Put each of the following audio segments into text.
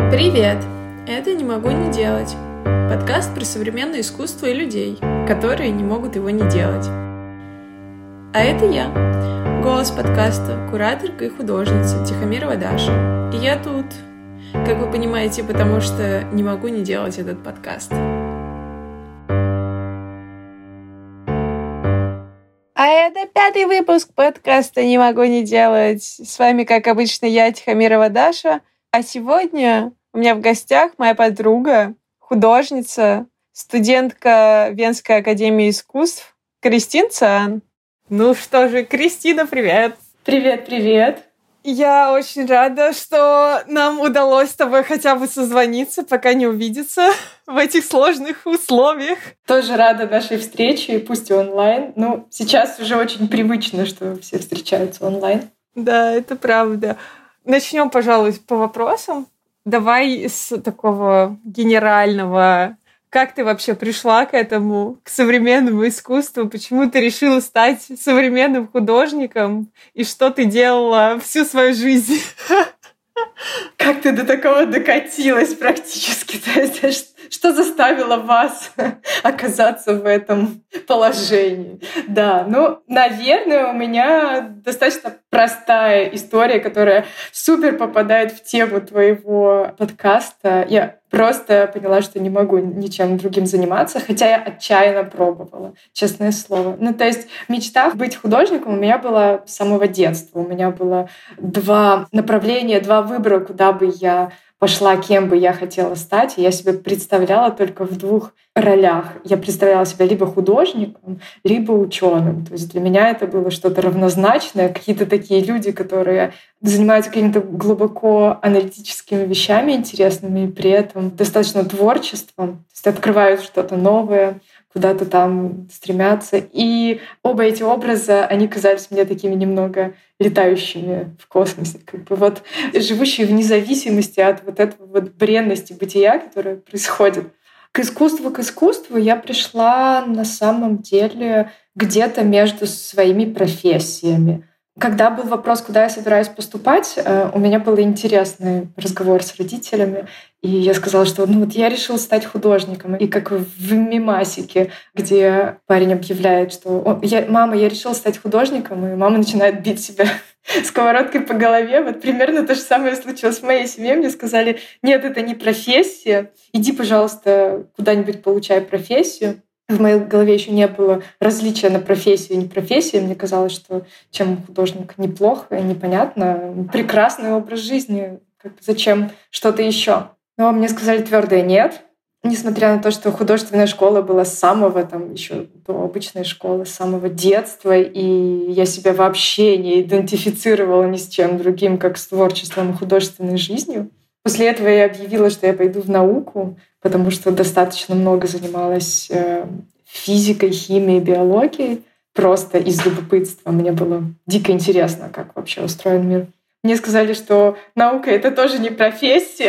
Привет! Это «Не могу не делать» — подкаст про современное искусство и людей, которые не могут его не делать. А это я, голос подкаста, кураторка и художница Тихомирова Даша. И я тут, как вы понимаете, потому что не могу не делать этот подкаст. А это 5-й выпуск подкаста «Не могу не делать». С вами, как обычно, я, Тихомирова Даша. А сегодня у меня в гостях моя подруга, художница, студентка Венской академии искусств Кристин Циан. Ну что же, Кристина, привет! Привет! Я очень рада, что нам удалось с тобой хотя бы созвониться, пока не увидеться в этих сложных условиях. Тоже рада нашей встрече, пусть и онлайн. Ну, сейчас уже очень привычно, что все встречаются онлайн. Да, это правда. Начнем, пожалуй, по вопросам. Давай с такого генерального. Как ты вообще пришла к этому, к современному искусству? Почему ты решила стать современным художником? И что ты делала всю свою жизнь? Как ты до такого докатилась практически? Что заставило вас оказаться в этом положении? Да, ну, наверное, у меня достаточно простая история, которая супер попадает в тему твоего подкаста. Я просто поняла, что не могу ничем другим заниматься, хотя я отчаянно пробовала, честное слово. Ну, то есть мечта быть художником у меня была с самого детства. У меня было 2 направления, 2 выбора, куда бы я пошла, кем бы я хотела стать. И я себе представляла только в 2 ролях. Я представляла себя либо художником, либо ученым. То есть для меня это было что-то равнозначное. Какие-то такие люди, которые занимаются какими-то глубоко аналитическими вещами интересными и при этом достаточно творчеством. То есть открывают что-то новое, куда-то там стремятся. И оба эти образа, они казались мне такими немного летающими в космосе, как бы вот живущие вне зависимости от вот этого вот бренности бытия, которое происходит. К искусству я пришла на самом деле где-то между своими профессиями. Когда был вопрос, куда я собираюсь поступать, у меня был интересный разговор с родителями, и я сказала, что я решила стать художником. И как в мемасике, где парень объявляет, что «Мама, я решила стать художником», и мама начинает бить себя сковородкой по голове. Вот примерно то же самое случилось в моей семье. Мне сказали: «Нет, это не профессия, иди, пожалуйста, куда-нибудь получай профессию». В моей голове еще не было различия на профессию и непрофессию. Мне казалось, что чем художник неплохо и непонятно, прекрасный образ жизни, зачем что-то еще. Но мне сказали твердое нет. Несмотря на то, что художественная школа была с самого еще до обычной школы, с самого детства, и я себя вообще не идентифицировала ни с чем другим, как с творчеством и художественной жизнью. После этого я объявила, что я пойду в науку, потому что достаточно много занималась физикой, химией, биологией. Просто из любопытства. Мне было дико интересно, как вообще устроен мир. Мне сказали, что наука — это тоже не профессия.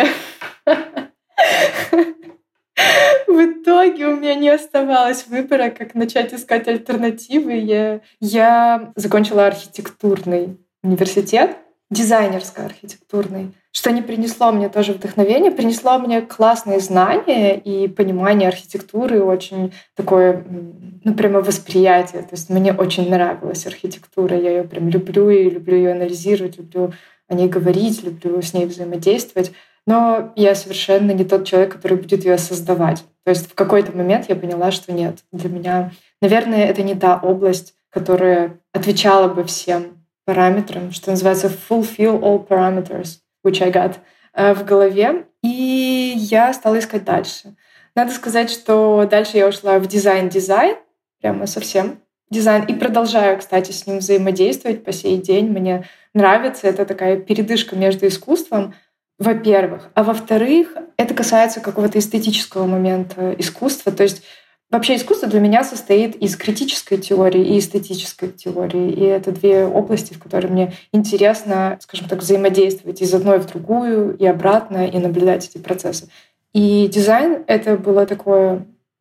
В итоге у меня не оставалось выбора, как начать искать альтернативы. Я закончила архитектурный университет, дизайнерско-архитектурный, что не принесло мне тоже вдохновение, принесло мне классные знания и понимание архитектуры, очень такое, прямо восприятие. То есть мне очень нравилась архитектура, я ее прям люблю ее анализировать, люблю о ней говорить, люблю с ней взаимодействовать. Но я совершенно не тот человек, который будет ее создавать. То есть в какой-то момент я поняла, что нет, для меня, наверное, это не та область, которая отвечала бы всем параметрам, что называется fulfill all parameters, which I got в голове. И я стала искать дальше. Надо сказать, что дальше я ушла в дизайн, прямо совсем дизайн. И продолжаю, кстати, с ним взаимодействовать по сей день. Мне нравится. Это такая передышка между искусством, во-первых. А во-вторых, это касается какого-то эстетического момента искусства. То есть вообще искусство для меня состоит из критической теории и эстетической теории. И это 2 области, в которые мне интересно, скажем так, взаимодействовать из одной в другую и обратно, и наблюдать эти процессы. И дизайн — это было такое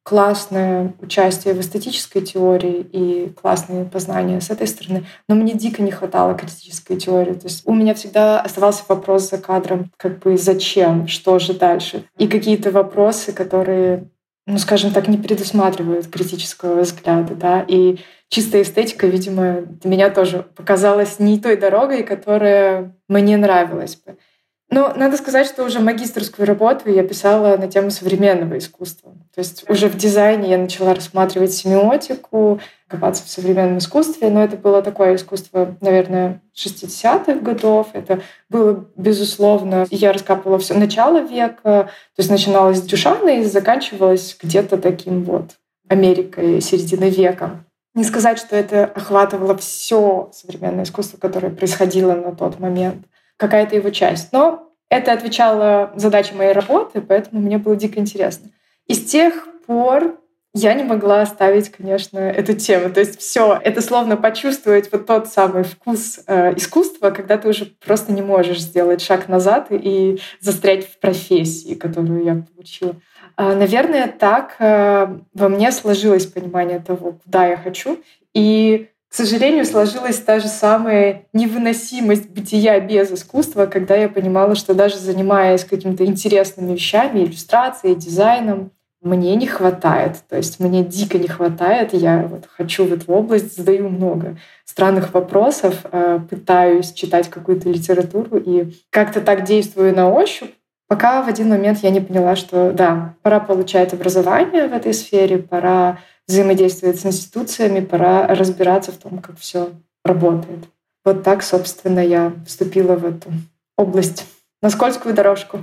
классное участие в эстетической теории и классные познания с этой стороны, но мне дико не хватало критической теории. То есть у меня всегда оставался вопрос за кадром, как бы зачем, что же дальше. И какие-то вопросы, которые, ну, скажем так, не предусматривают критического взгляда, да, и чистая эстетика, видимо, для меня тоже показалась не той дорогой, которая мне нравилась бы. Но надо сказать, что уже магистерскую работу я писала на тему современного искусства. То есть уже в дизайне я начала рассматривать семиотику, копаться в современном искусстве, но это было такое искусство, наверное, 60-х годов. Это было, безусловно, я раскапывала все начало века, то есть начиналось с Дюшана и заканчивалось где-то таким вот Америкой середины века. Не сказать, что это охватывало все современное искусство, которое происходило на тот момент, какая-то его часть. Но это отвечало задаче моей работы, поэтому мне было дико интересно. И с тех пор я не могла оставить, конечно, эту тему. То есть все, это словно почувствовать вот тот самый вкус искусства, когда ты уже просто не можешь сделать шаг назад и застрять в профессии, которую я получила. Наверное, так во мне сложилось понимание того, куда я хочу. И, к сожалению, сложилась та же самая невыносимость бытия без искусства, когда я понимала, что даже занимаясь какими-то интересными вещами, иллюстрацией, дизайном, мне не хватает. То есть мне дико не хватает. Я вот хочу в эту область, задаю много странных вопросов, пытаюсь читать какую-то литературу и как-то так действую на ощупь, пока в один момент я не поняла, что да, пора получать образование в этой сфере, пора взаимодействовать с институциями, пора разбираться в том, как все работает. Вот так, собственно, я вступила в эту область, на скользкую дорожку.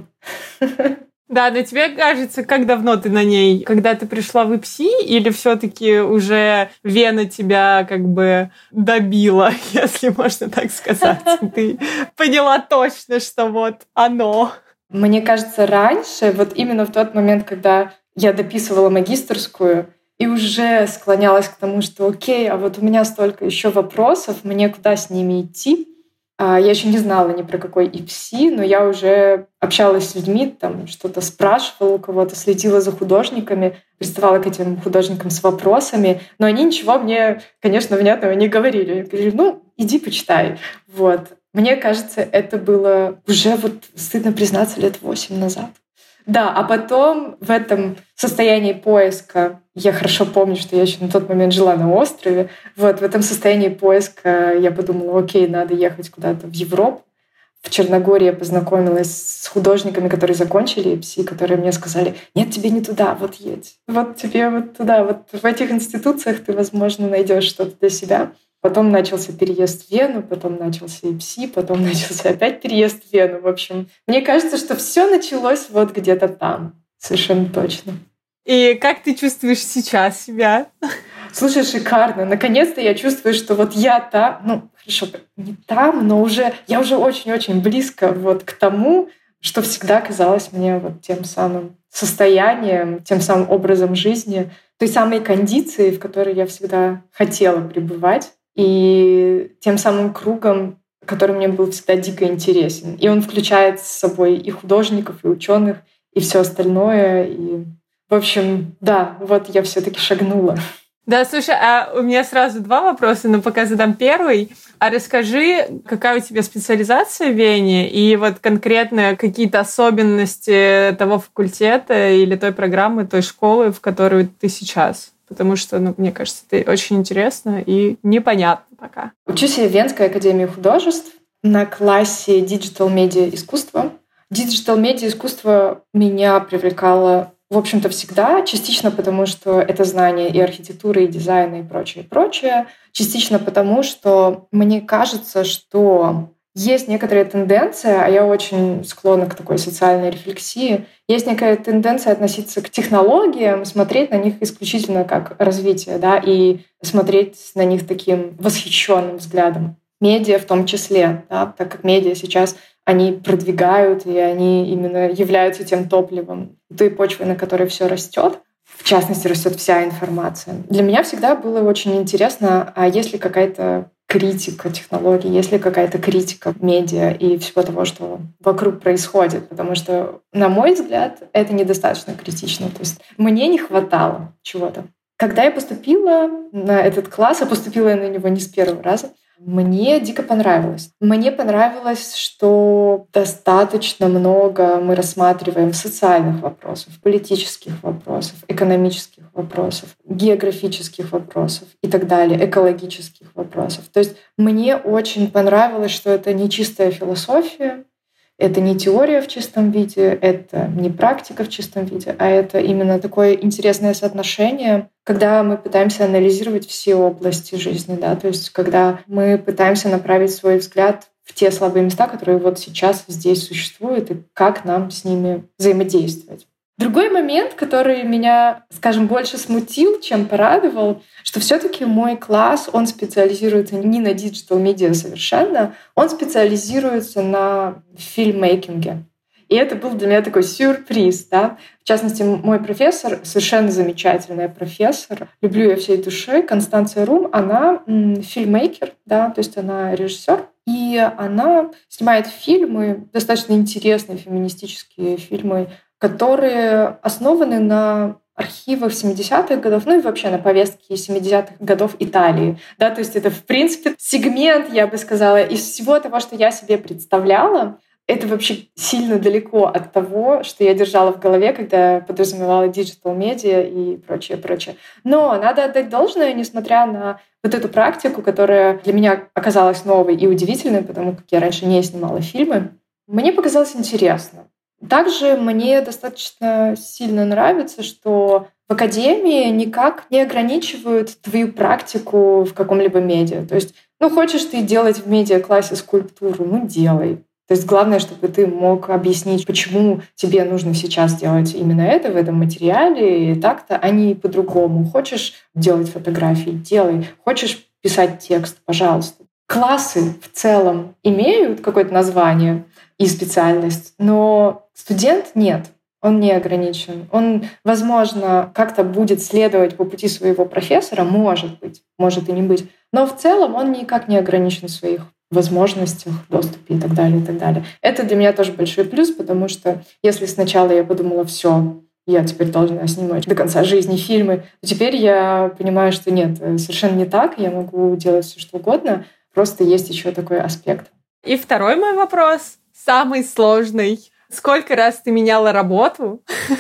Да, но тебе кажется, как давно ты на ней? Когда ты пришла в ИПСИ, или все-таки уже Вена тебя как бы добила, если можно так сказать? Ты поняла точно, что вот оно. Мне кажется, раньше, вот именно в тот момент, когда я дописывала магистерскую и уже склонялась к тому, что окей, а вот у меня столько еще вопросов, мне куда с ними идти? Я еще не знала ни про какой ИПСИ, но я уже общалась с людьми, там что-то спрашивала у кого-то, следила за художниками, приставала к этим художникам с вопросами, но они ничего мне, конечно, внятного не говорили. Они говорили, ну, иди почитай. Вот. Мне кажется, это было уже, вот стыдно признаться, лет 8 назад. Да, а потом в этом состоянии поиска, я хорошо помню, что я еще на тот момент жила на острове, вот в этом состоянии поиска я подумала, окей, надо ехать куда-то в Европу. В Черногории я познакомилась с художниками, которые закончили ИПСИ, которые мне сказали, нет, тебе не туда, вот едь. Вот тебе вот туда, вот в этих институциях ты, возможно, найдешь что-то для себя. Потом начался переезд в Вену, потом начался ИПСИ, потом начался опять переезд в Вену. В общем, мне кажется, что все началось вот где-то там. Совершенно точно. И как ты чувствуешь сейчас себя? Слушай, шикарно. Наконец-то я чувствую, что вот я там, ну, хорошо, не там, но уже я уже очень-очень близко вот к тому, что всегда казалось мне вот тем самым состоянием, тем самым образом жизни, той самой кондицией, в которой я всегда хотела пребывать, и тем самым кругом, который мне был всегда дико интересен. И он включает с собой и художников, и ученых, и все остальное. И, в общем, да, вот я все-таки шагнула. Да, слушай, а у меня сразу два вопроса, но пока задам первый. А расскажи, какая у тебя специализация в Вене, и вот конкретно какие-то особенности того факультета или той программы, той школы, в которой ты сейчас? Потому что, ну, мне кажется, это очень интересно и непонятно пока. Учусь я в Венской академии художеств на классе Digital Media искусства. Digital Media искусство меня привлекало, в общем-то, всегда. Частично потому, что это знание и архитектуры, и дизайна, и прочее, и прочее. Частично потому, что мне кажется, что есть некоторая тенденция, а я очень склонна к такой социальной рефлексии, есть некая тенденция относиться к технологиям, смотреть на них исключительно как развитие, да, и смотреть на них таким восхищенным взглядом. Медиа в том числе, да, так как медиа сейчас они продвигают, и они именно являются тем топливом, той почвой, на которой все растет. В частности, растет вся информация. Для меня всегда было очень интересно, а есть ли какая-то критика технологий, есть ли какая-то критика медиа и всего того, что вокруг происходит. Потому что, на мой взгляд, это недостаточно критично. То есть мне не хватало чего-то. Когда я поступила на этот класс, а поступила я на него не с первого раза, мне дико понравилось. Мне понравилось, что достаточно много мы рассматриваем социальных вопросов, политических вопросов, экономических вопросов, географических вопросов и так далее, экологических вопросов. То есть мне очень понравилось, что это не чистая философия, это не теория в чистом виде, это не практика в чистом виде, а это именно такое интересное соотношение, когда мы пытаемся анализировать все области жизни, да, то есть когда мы пытаемся направить свой взгляд в те слабые места, которые вот сейчас здесь существуют, и как нам с ними взаимодействовать. Другой момент, который меня, скажем, больше смутил, чем порадовал, что все-таки мой класс, он специализируется не на диджитал-медиа совершенно, он специализируется на фильммейкинге. И это был для меня такой сюрприз. Да? В частности, мой профессор, совершенно замечательный профессор, люблю ее всей душой, Констанция Рум, она фильммейкер, да, то есть она режиссер, и она снимает фильмы, достаточно интересные феминистические фильмы, которые основаны на архивах 70-х годов, ну и вообще на повестке 70-х годов Италии. Да, то есть это, в принципе, сегмент, я бы сказала, из всего того, что я себе представляла. Это вообще сильно далеко от того, что я держала в голове, когда подразумевала диджитал-медиа и прочее, прочее. Но надо отдать должное, несмотря на вот эту практику, которая для меня оказалась новой и удивительной, потому как я раньше не снимала фильмы, мне показалось интересно. Также мне достаточно сильно нравится, что в академии никак не ограничивают твою практику в каком-либо медиа. То есть, хочешь ты делать в медиа-классе скульптуру, делай. То есть главное, чтобы ты мог объяснить, почему тебе нужно сейчас делать именно это в этом материале, и так-то, а не по-другому. Хочешь делать фотографии — делай. Хочешь писать текст — пожалуйста. Классы в целом имеют какое-то название и специальность, но студент нет. Он не ограничен. Он, возможно, как-то будет следовать по пути своего профессора, может быть, может и не быть. Но в целом он никак не ограничен в своих возможностях, доступе и так далее, и так далее. Это для меня тоже большой плюс, потому что если сначала я подумала, все, я теперь должна снимать до конца жизни фильмы, то теперь я понимаю, что нет, совершенно не так, я могу делать все что угодно, просто есть еще такой аспект. И второй мой вопрос, самый сложный. Сколько раз ты меняла работу?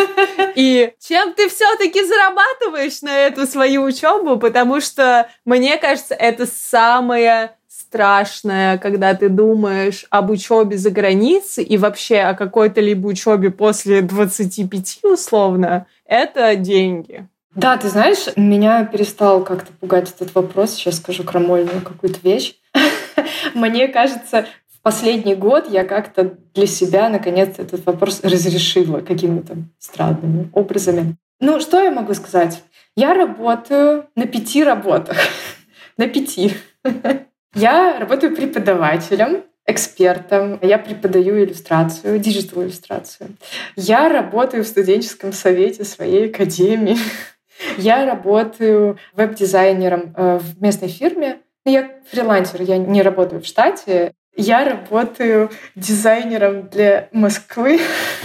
И чем ты все-таки зарабатываешь на эту свою учебу? Потому что, мне кажется, это самое страшное, когда ты думаешь об учебе за границей и вообще о какой-то либо учебе после 25 условно, это деньги. Да, ты знаешь, меня перестал как-то пугать этот вопрос. Сейчас скажу крамольную какую-то вещь. Мне кажется, в последний год я как-то для себя наконец этот вопрос разрешила какими-то странными образами. Что я могу сказать? Я работаю на 5 работах. На 5. Я работаю преподавателем, экспертом. Я преподаю иллюстрацию, диджитал-иллюстрацию. Я работаю в студенческом совете своей академии. Я работаю веб-дизайнером в местной фирме. Я фрилансер, я не работаю в штате. Я работаю дизайнером для Москвы.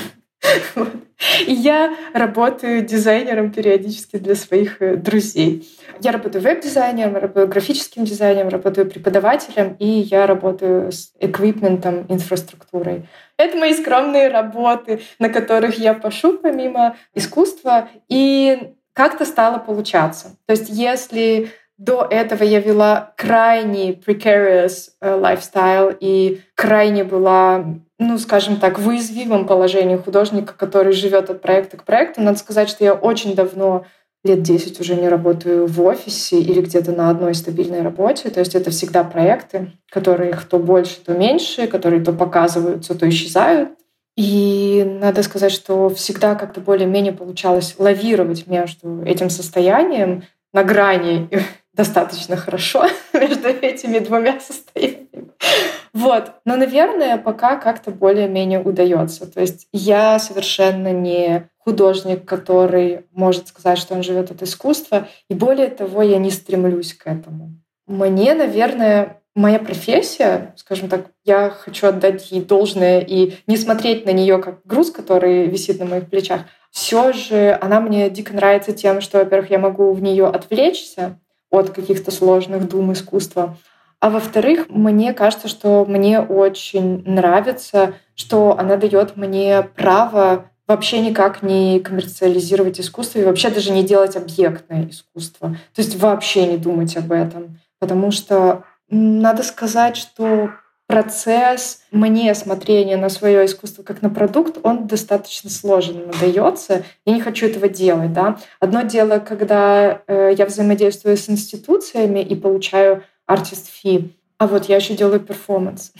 И я работаю дизайнером периодически для своих друзей. Я работаю веб-дизайнером, работаю графическим дизайнером, работаю преподавателем, и я работаю с эквипментом, инфраструктурой. Это мои скромные работы, на которых я пашу помимо искусства, и как-то стало получаться. То есть если до этого я вела крайне precarious lifestyle и крайне была, скажем так, в уязвимом положении художника, который живет от проекта к проекту. Надо сказать, что я очень давно, лет 10 уже не работаю в офисе или где-то на одной стабильной работе. То есть это всегда проекты, которые их то больше, то меньше, которые то показываются, то исчезают. И надо сказать, что всегда как-то более-менее получалось лавировать между этим состоянием на грани достаточно хорошо между этими двумя состояниями. Но, наверное, пока как-то более-менее удается. То есть я совершенно не художник, который может сказать, что он живет от искусства. И более того, я не стремлюсь к этому. Мне, наверное, моя профессия, скажем так, я хочу отдать ей должное и не смотреть на нее как груз, который висит на моих плечах. Все же она мне дико нравится тем, что, во-первых, я могу в нее отвлечься от каких-то сложных дум искусства. А во-вторых, мне кажется, что мне очень нравится, что она дает мне право вообще никак не коммерциализировать искусство и вообще даже не делать объектное искусство. То есть вообще не думать об этом. Потому что надо сказать, что процесс мне смотрения на свое искусство как на продукт, он достаточно сложно дается. Я не хочу этого делать. Да? Одно дело, когда я взаимодействую с институциями и получаю артист-фи, а вот я еще делаю перформанс.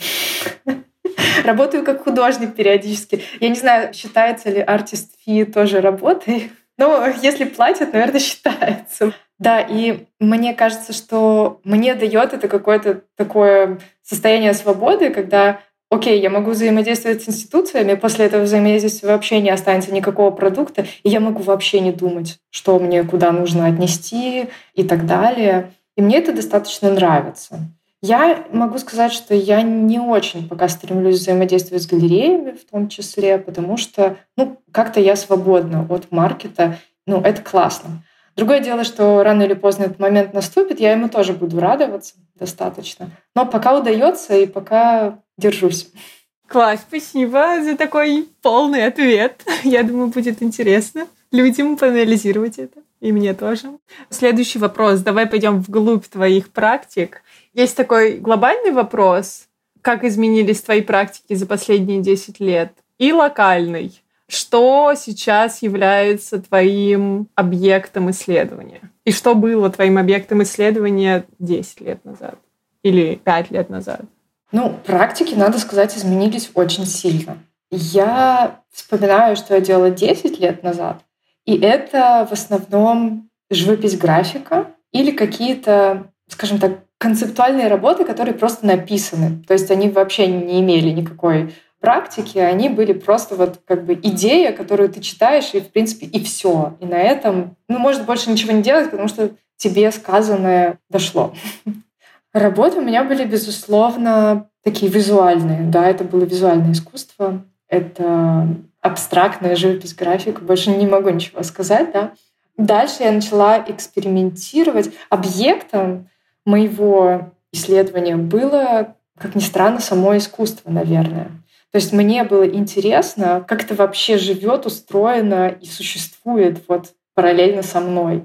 Работаю как художник периодически. Я не знаю, считается ли артист-фи тоже работой, но если платят, наверное, считается. Да, и мне кажется, что мне дает это какое-то такое состояние свободы, когда, окей, я могу взаимодействовать с институциями, после этого взаимодействия вообще не останется никакого продукта, и я могу вообще не думать, что мне куда нужно отнести и так далее. И мне это достаточно нравится. Я могу сказать, что я не очень пока стремлюсь взаимодействовать с галереями в том числе, потому что как-то я свободна от маркета. Это классно. Другое дело, что рано или поздно этот момент наступит, я ему тоже буду радоваться достаточно. Но пока удается и пока держусь. Класс, спасибо за такой полный ответ. Я думаю, будет интересно людям поанализировать это. И мне тоже. Следующий вопрос. Давай пойдем вглубь твоих практик. Есть такой глобальный вопрос. Как изменились твои практики за последние 10 лет? И локальный. Что сейчас является твоим объектом исследования? И что было твоим объектом исследования 10 лет назад? Или 5 лет назад? Практики, надо сказать, изменились очень сильно. Я вспоминаю, что я делала 10 лет назад. И это в основном живопись графика или какие-то, скажем так, концептуальные работы, которые просто написаны. То есть они вообще не имели никакой практики, они были просто идея, которую ты читаешь, и в принципе и все. И на этом, может больше ничего не делать, потому что тебе сказанное дошло. Работы у меня были, безусловно, такие визуальные. Да, это было визуальное искусство. Это абстрактная живопись, графика. Больше не могу ничего сказать. Да. Дальше я начала экспериментировать. Объектом моего исследования было, как ни странно, само искусство, наверное. То есть мне было интересно, как это вообще живет, устроено и существует параллельно со мной.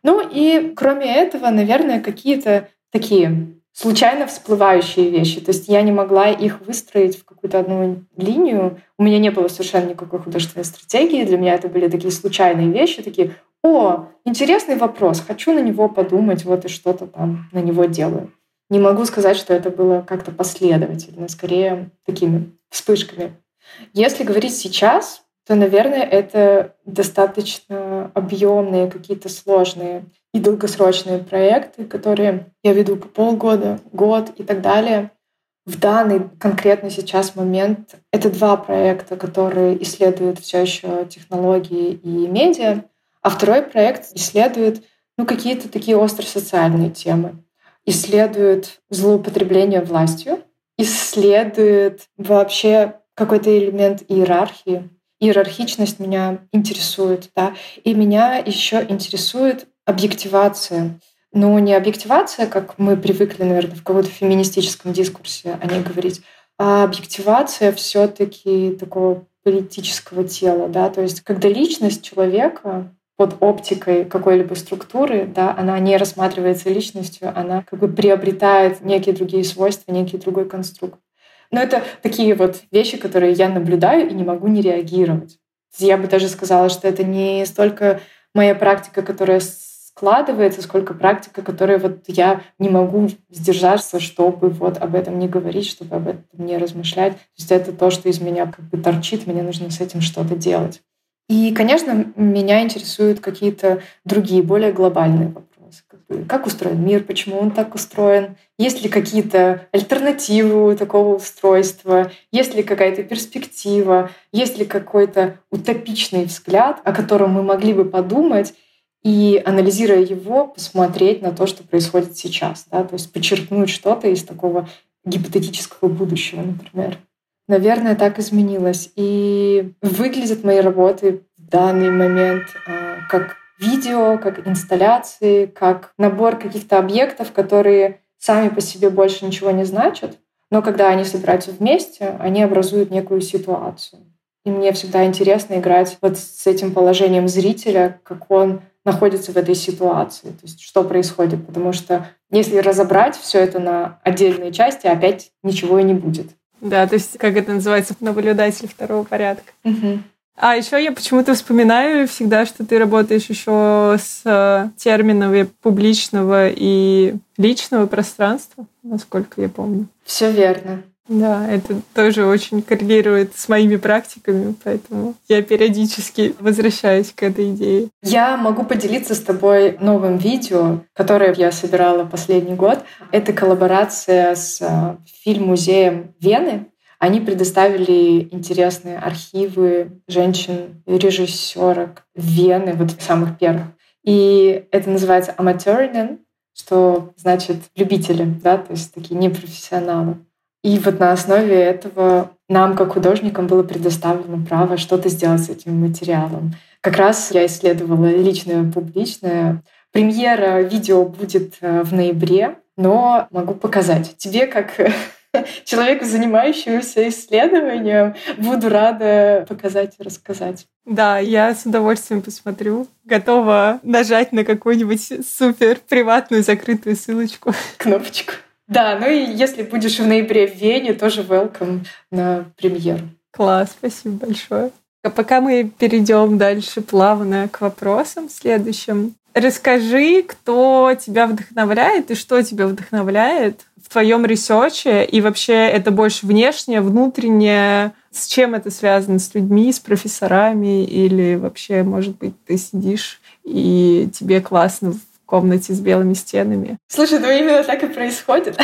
И кроме этого, наверное, какие-то такие случайно всплывающие вещи. То есть я не могла их выстроить в какую-то одну линию. У меня не было совершенно никакой художественной стратегии. Для меня это были такие случайные вещи, такие: «О, интересный вопрос, хочу на него подумать, и что-то там на него делаю». Не могу сказать, что это было как-то последовательно, скорее такими вспышками. Если говорить сейчас, то, наверное, это достаточно объемные, какие-то сложные и долгосрочные проекты, которые я веду по полгода, год и так далее. В данный конкретно сейчас момент это 2 проекта, которые исследуют все еще технологии и медиа, а второй проект исследует какие-то такие остросоциальные темы. Исследует злоупотребление властью, исследует вообще какой-то элемент иерархии. Иерархичность меня интересует, да, и меня еще интересует объективация. Но не объективация, как мы привыкли, наверное, в каком-то феминистическом дискурсе о ней говорить, а объективация все-таки такого политического тела, да, то есть когда личность человека под оптикой какой-либо структуры, да, она не рассматривается личностью, она приобретает некие другие свойства, некий другой конструкт. Но это такие вещи, которые я наблюдаю и не могу не реагировать. Я бы даже сказала, что это не столько моя практика, которая складывается, сколько практика, которой я не могу сдержаться, чтобы об этом не говорить, чтобы об этом не размышлять. То есть это то, что из меня торчит, мне нужно с этим что-то делать. И, конечно, меня интересуют какие-то другие, более глобальные вопросы. Как устроен мир, почему он так устроен, есть ли какие-то альтернативы у такого устройства, есть ли какая-то перспектива, есть ли какой-то утопичный взгляд, о котором мы могли бы подумать, и, анализируя его, посмотреть на то, что происходит сейчас. Да? То есть подчеркнуть что-то из такого гипотетического будущего, например. Наверное, так изменилось. И выглядят мои работы в данный момент как видео, как инсталляции, как набор каких-то объектов, которые сами по себе больше ничего не значат, но когда они собираются вместе, они образуют некую ситуацию. И мне всегда интересно играть вот с этим положением зрителя, как он находится в этой ситуации, то есть что происходит. Потому что если разобрать все это на отдельные части, опять ничего и не будет. Да, то есть, как это называется, наблюдатель второго порядка. Угу. А еще я почему-то вспоминаю всегда, что ты работаешь еще с терминами публичного и личного пространства, насколько я помню. Все верно. Да, это тоже очень коррелирует с моими практиками, поэтому я периодически возвращаюсь к этой идее. Я могу поделиться с тобой новым видео, которое я собирала последний год. Это коллаборация с фильм-музеем Вены. Они предоставили интересные архивы женщин-режиссерок Вены, вот самых первых. И это называется «Amateurinnen», что значит «любители», да, то есть такие непрофессионалы. И вот на основе этого нам, как художникам, было предоставлено право что-то сделать с этим материалом. Как раз я исследовала личное и публичное. Премьера видео будет в ноябре, но могу показать. Тебе, как человеку, занимающемуся исследованием, буду рада показать и рассказать. Да, я с удовольствием посмотрю. Готова нажать на какую-нибудь супер приватную закрытую ссылочку. Кнопочку. Да, ну и если будешь в ноябре в Вене, тоже welcome на премьеру. Класс, спасибо большое. А пока мы перейдем дальше плавно к вопросам следующим, расскажи, кто тебя вдохновляет и что тебя вдохновляет в твоем ресерче, и вообще это больше внешнее, внутреннее, с чем это связано, с людьми, с профессорами, или вообще, может быть, ты сидишь и тебе классно в комнате с белыми стенами. Слушай, ну именно так и происходит.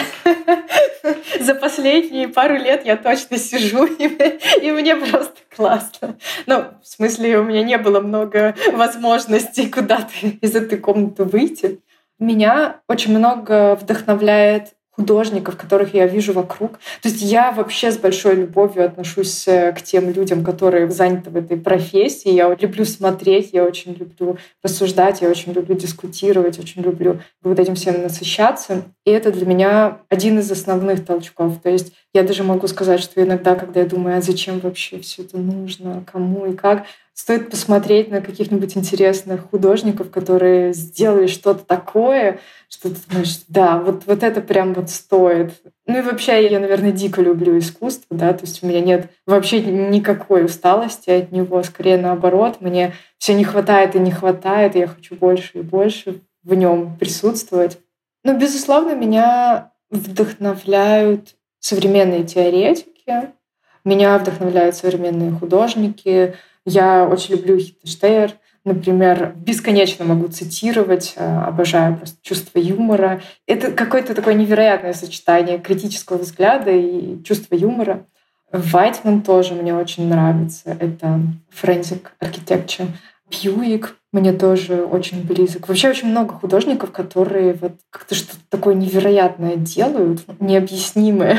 За последние пару лет я точно сижу, и мне просто классно. Ну, в смысле, у меня не было много возможностей куда-то из этой комнаты выйти. Меня очень много вдохновляет художников, которых я вижу вокруг. То есть я вообще с большой любовью отношусь к тем людям, которые заняты в этой профессии. Я люблю смотреть, я очень люблю рассуждать, я очень люблю дискутировать, очень люблю вот этим всем насыщаться. И это для меня один из основных толчков. То есть я даже могу сказать, что иногда, когда я думаю, а зачем вообще все это нужно, кому и как, стоит посмотреть на каких-нибудь интересных художников, которые сделали что-то такое, что ты думаешь, да, вот это прям вот стоит. Ну и вообще я, наверное, дико люблю искусство, да, то есть у меня нет вообще никакой усталости от него, скорее наоборот, мне все не хватает и не хватает, и я хочу больше и больше в нем присутствовать. Но, безусловно, меня вдохновляют современные теоретики, меня вдохновляют современные художники. Я очень люблю Хиттенштейр. Например, бесконечно могу цитировать, обожаю просто чувство юмора. Это какое-то такое невероятное сочетание критического взгляда и чувства юмора. Вайтман тоже мне очень нравится. Это Forensic Architecture. Бьюик мне тоже очень близок. Вообще очень много художников, которые вот как-то что-то такое невероятное делают, необъяснимое.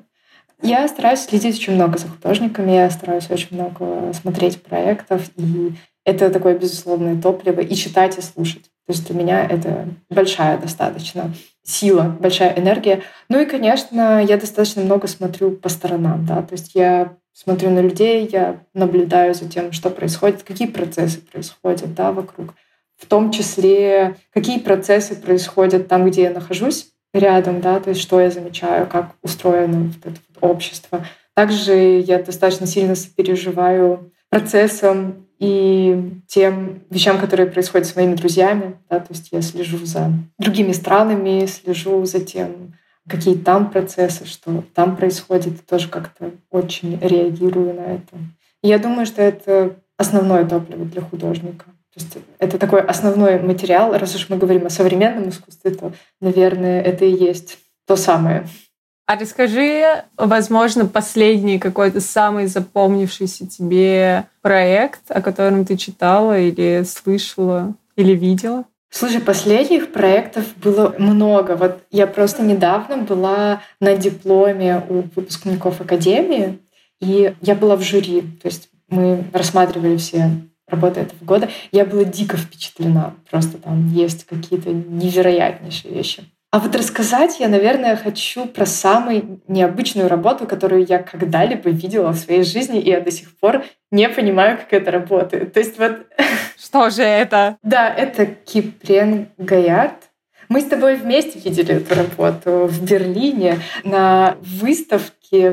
Я стараюсь следить очень много за художниками, я стараюсь очень много смотреть проектов, и это такое безусловное топливо, и читать, и слушать. То есть для меня это большая достаточно сила, большая энергия. Ну и, конечно, я достаточно много смотрю по сторонам, да, то есть я смотрю на людей, я наблюдаю за тем, что происходит, какие процессы происходят, да, вокруг. В том числе, какие процессы происходят там, где я нахожусь, рядом, да, то есть что я замечаю, как устроено вот это вот общество. Также я достаточно сильно сопереживаю процессам и тем вещам, которые происходят с моими друзьями, да, то есть я слежу за другими странами, слежу за тем, какие там процессы, что там происходит, и тоже как-то очень реагирую на это. И я думаю, что это основное топливо для художника. То есть это такой основной материал. Раз уж мы говорим о современном искусстве, то, наверное, это и есть то самое. А расскажи, возможно, последний какой-то самый запомнившийся тебе проект, о котором ты читала или слышала, или видела? Слушай, последних проектов было много. Вот я просто недавно была на дипломе у выпускников академии, и я была в жюри. То есть мы рассматривали все работы этого года. Я была дико впечатлена. Просто там есть какие-то невероятнейшие вещи. А вот рассказать я, наверное, хочу про самую необычную работу, которую я когда-либо видела в своей жизни, и я до сих пор не понимаю, как это работает. То есть вот... Что же это? Да, это Кипрен Гаярд. Мы с тобой вместе видели эту работу в Берлине на выставке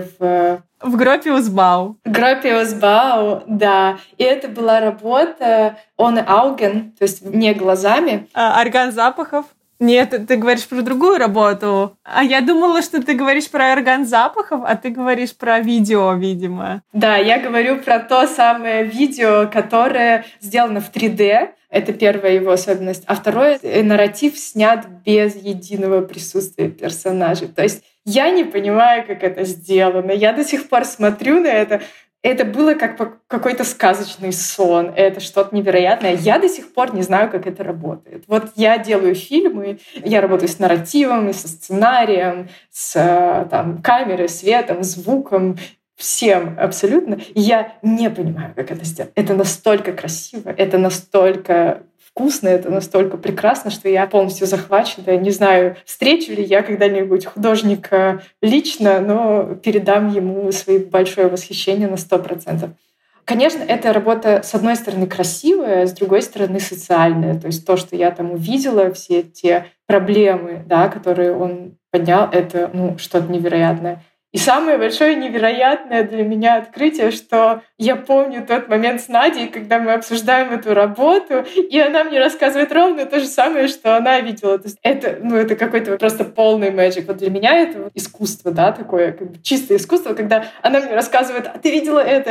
в Гропиус Бау. Гропиус Бау, да. И это была работа «Ohne Augen», то есть «не глазами». Орган запахов. Нет, ты говоришь про другую работу. А я думала, что ты говоришь про орган запахов, а ты говоришь про видео, видимо. Да, я говорю про то самое видео, которое сделано в 3D. Это первая его особенность. А второе, нарратив снят без единого присутствия персонажей. То есть я не понимаю, как это сделано. Я до сих пор смотрю на это. Это было как какой-то сказочный сон. Это что-то невероятное. Я до сих пор не знаю, как это работает. Вот я делаю фильмы, я работаю с нарративом, со сценарием, с там, камерой, светом, звуком, всем абсолютно. И я не понимаю, как это сделать. Это настолько красиво, это настолько вкусно, это настолько прекрасно, что я полностью захвачена. Не знаю, встречу ли я когда-нибудь художника лично, но передам ему свое большое восхищение на 100%. Конечно, эта работа, с одной стороны, красивая, с другой стороны, социальная. То есть то, что я там увидела, все те проблемы, да, которые он поднял, это что-то невероятное. И самое большое невероятное для меня открытие, что я помню тот момент с Надей, когда мы обсуждаем эту работу, и она мне рассказывает ровно то же самое, что она видела. То есть это какой-то просто полный мэджик. Вот для меня это искусство, да, такое как бы чистое искусство, когда она мне рассказывает: «А ты видела это?»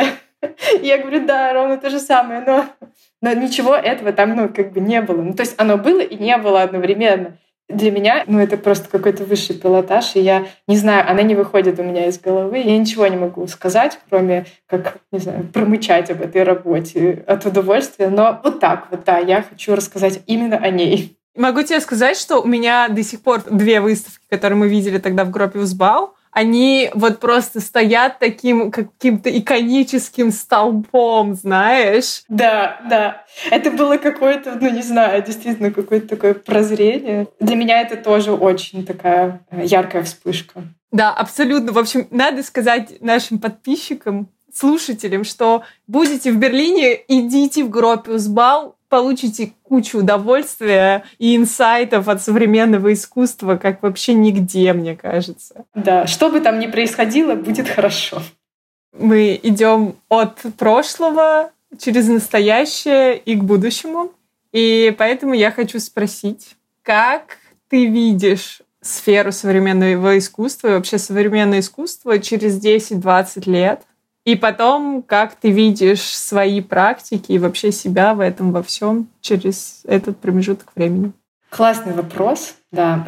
И я говорю: «Да, ровно то же самое», но ничего этого там не было. То есть оно было и не было одновременно. Для меня, это просто какой-то высший пилотаж, и я не знаю, она не выходит у меня из головы. Я ничего не могу сказать, кроме как, не знаю, промычать об этой работе от удовольствия. Но вот так вот, да, я хочу рассказать именно о ней. Могу тебе сказать, что у меня до сих пор 2 выставки, которые мы видели тогда в Гропиус Бау, они вот просто стоят таким каким-то иконическим столбом, знаешь? Да. Это было какое-то, не знаю, действительно какое-то такое прозрение. Для меня это тоже очень такая яркая вспышка. Да, абсолютно. В общем, надо сказать нашим подписчикам, слушателям, что будете в Берлине, идите в Гропиус Бау, получите кучу удовольствия и инсайтов от современного искусства, как вообще нигде, мне кажется. Да, что бы там ни происходило, будет хорошо. Мы идем от прошлого через настоящее и к будущему. И поэтому я хочу спросить, как ты видишь сферу современного искусства и вообще современное искусство через 10-20 лет? И потом, как ты видишь свои практики и вообще себя в этом во всем через этот промежуток времени? Классный вопрос, да.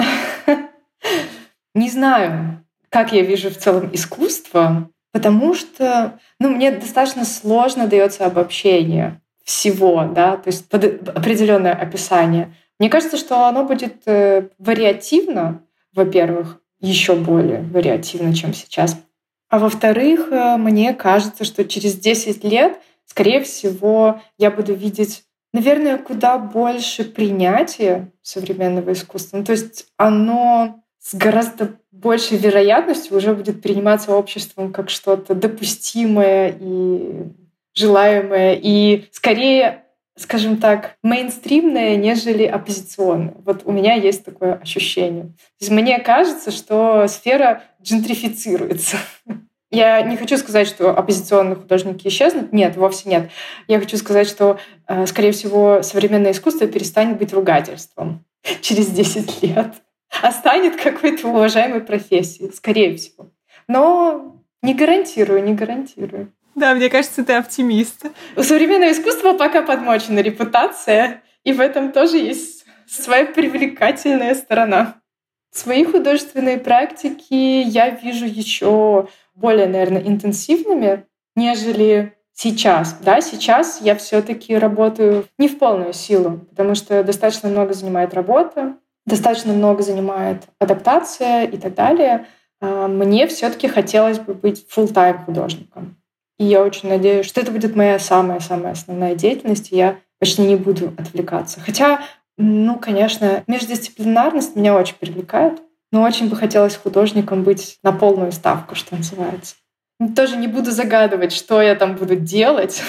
Не знаю, как я вижу в целом искусство, потому что мне достаточно сложно дается обобщение всего, да, то есть под определенное описание. Мне кажется, что оно будет вариативно, во-первых, еще более вариативно, чем сейчас. А во-вторых, мне кажется, что через 10 лет, скорее всего, я буду видеть, наверное, куда больше принятия современного искусства. То есть оно с гораздо большей вероятностью уже будет приниматься обществом как что-то допустимое и желаемое, и скорее, скажем так, мейнстримное, нежели оппозиционное. Вот у меня есть такое ощущение. То есть мне кажется, что сфера джентрифицируется. Я не хочу сказать, что оппозиционные художники исчезнут. Нет, вовсе нет. Я хочу сказать, что, скорее всего, современное искусство перестанет быть ругательством через 10 лет. А станет какой-то уважаемой профессией, скорее всего. Но не гарантирую. Да, мне кажется, ты оптимист. У современного искусства пока подмочена репутация, и в этом тоже есть своя привлекательная сторона. Свои художественные практики я вижу еще более, наверное, интенсивными, нежели Сейчас я все-таки работаю не в полную силу, потому что достаточно много занимает работа, достаточно много занимает адаптация и так далее. Мне все-таки хотелось бы быть full-time художником. И я очень надеюсь, что это будет моя самая-самая основная деятельность, и я почти не буду отвлекаться. Хотя, конечно, междисциплинарность меня очень привлекает, но очень бы хотелось художником быть на полную ставку, что называется. Тоже не буду загадывать, что я там буду делать.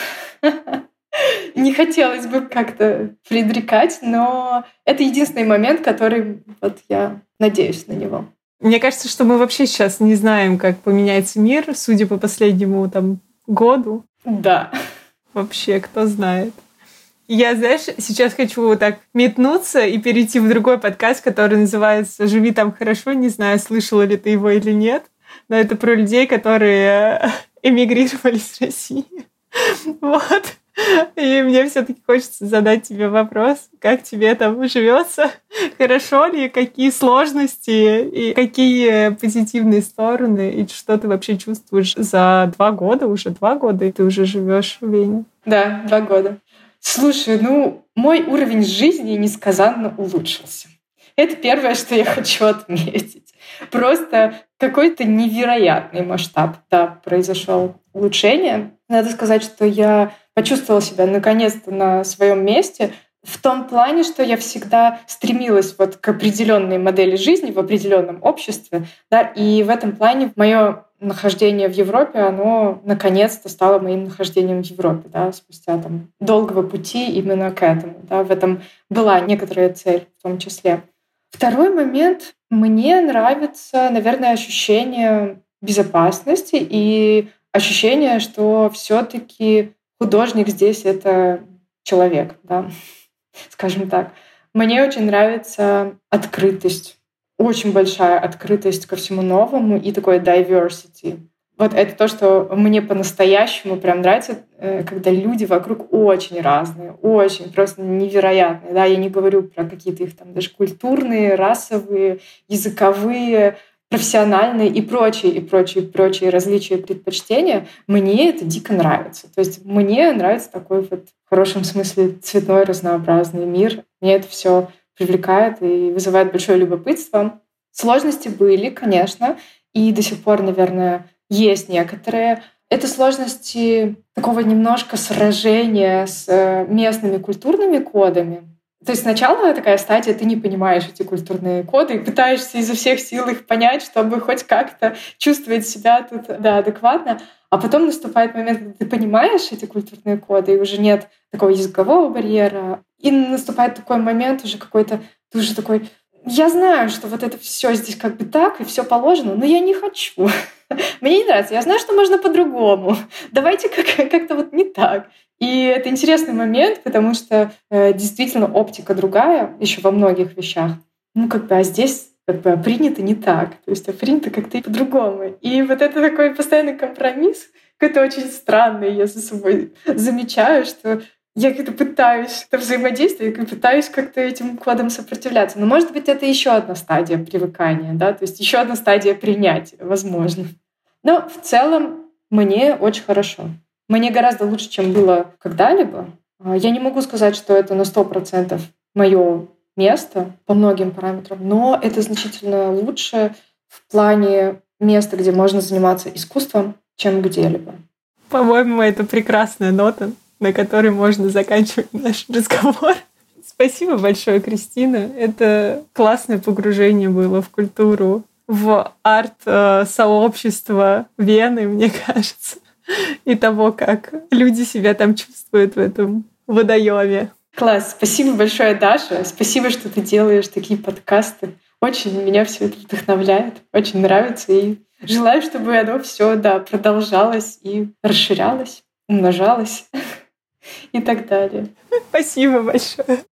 Не хотелось бы как-то предрекать, но это единственный момент, который я надеюсь на него. Мне кажется, что мы вообще сейчас не знаем, как поменяется мир, судя по последнему году. Да. Вообще, кто знает. Я, сейчас хочу так метнуться и перейти в другой подкаст, который называется «Живи там хорошо». Не знаю, слышала ли ты его или нет, но это про людей, которые эмигрировали с России. Вот. И мне все-таки хочется задать тебе вопрос, как тебе там живется, хорошо ли, какие сложности и какие позитивные стороны, и что ты вообще чувствуешь за 2 года, уже 2 года, и ты уже живешь в Вене. Да, 2 года. Слушай, мой уровень жизни несказанно улучшился. Это первое, что я хочу отметить. Просто какой-то невероятный масштаб, произошел улучшение. Надо сказать, что я почувствовала себя наконец-то на своем месте в том плане, что я всегда стремилась к определенной модели жизни в определенном обществе, и в этом плане мое нахождение в Европе, оно наконец-то стало моим нахождением в Европе, спустя долгого пути именно к этому. В этом была некоторая цель в том числе. Второй момент. Мне нравится, наверное, ощущение безопасности и ощущение, что все-таки художник здесь — это человек, скажем так. Мне очень нравится открытость, очень большая открытость ко всему новому и такой diversity. Это то, что мне по-настоящему прям нравится, когда люди вокруг очень разные, очень просто невероятные. Я не говорю про какие-то их даже культурные, расовые, языковые, профессиональные и прочие различия и предпочтения. Мне это дико нравится. То есть мне нравится такой в хорошем смысле цветной разнообразный мир. Мне это все привлекает и вызывает большое любопытство. Сложности были, конечно, и до сих пор, наверное, есть некоторые. Это сложности такого немножко сражения с местными культурными кодами. То есть сначала такая стадия, ты не понимаешь эти культурные коды и пытаешься изо всех сил их понять, чтобы хоть как-то чувствовать себя тут адекватно. А потом наступает момент, когда ты понимаешь эти культурные коды, и уже нет такого языкового барьера. И наступает такой момент уже какой-то, ты уже такой: я знаю, что это все здесь так, и все положено, но я не хочу. Мне не нравится. Я знаю, что можно по-другому. Давайте как-то не так. И это интересный момент, потому что действительно оптика другая еще во многих вещах. А здесь принято не так. То есть принято как-то и по-другому. И это такой постоянный компромисс, какой-то очень странный. Я за собой замечаю, что я как-то пытаюсь взаимодействовать, пытаюсь как-то этим кодам сопротивляться. Но, может быть, это еще одна стадия привыкания, то есть еще одна стадия принятия, возможно. Но в целом мне очень хорошо. Мне гораздо лучше, чем было когда-либо. Я не могу сказать, что это на 100% мое место по многим параметрам, но это значительно лучше в плане места, где можно заниматься искусством, чем где-либо. По-моему, это прекрасная нота, на которой можно заканчивать наш разговор. Спасибо большое, Кристина. Это классное погружение было в культуру, в арт-сообщество Вены, мне кажется, и того, как люди себя там чувствуют в этом водоеме. Класс. Спасибо большое, Даша. Спасибо, что ты делаешь такие подкасты. Очень меня все это вдохновляет, очень нравится. И желаю, чтобы оно все продолжалось и расширялось, умножалось и так далее. Спасибо большое.